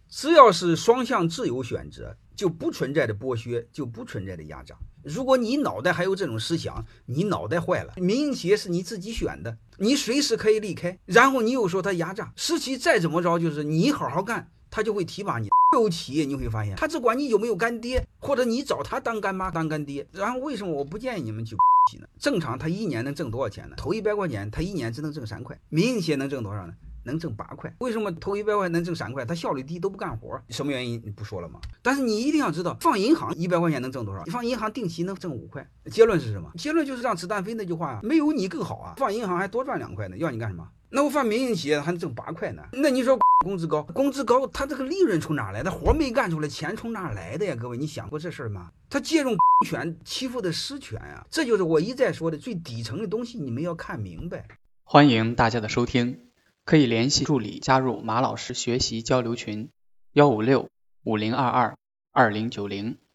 只要是双向自由选择，就不存在的剥削，就不存在的压榨。如果你脑袋还有这种思想，你脑袋坏了。民营企业是你自己选的，你随时可以离开，然后你又说他压榨，实际再怎么着，就是你好好干，他就会提拔你。有企业你会发现，他只管你有没有干爹，或者你找他当干妈当干爹。然后为什么我不建议你们去呢？正常他一年能挣多少钱呢？头100块钱，他一年只能挣3块。民营企业能挣多少呢？能挣8块。为什么头100块能挣3块？他效率低，都不干活，什么原因你不说了吗？但是你一定要知道，放银行100块钱能挣多少？你放银行定期能挣5块。结论是什么？结论就是让子弹飞那句话啊，没有你更好啊！放银行还多赚2块呢，要你干什么？那我放民营企业还能挣8块呢？那你说工资高，工资高，他这个利润从哪来的？活没干出来，钱从哪来的呀？各位，你想过这事儿吗？他借用权欺负的私权啊，这就是我一再说的最底层的东西，你们要看明白。 欢迎大家的收听，可以联系助理加入马老师学习交流群：156-5022-2090。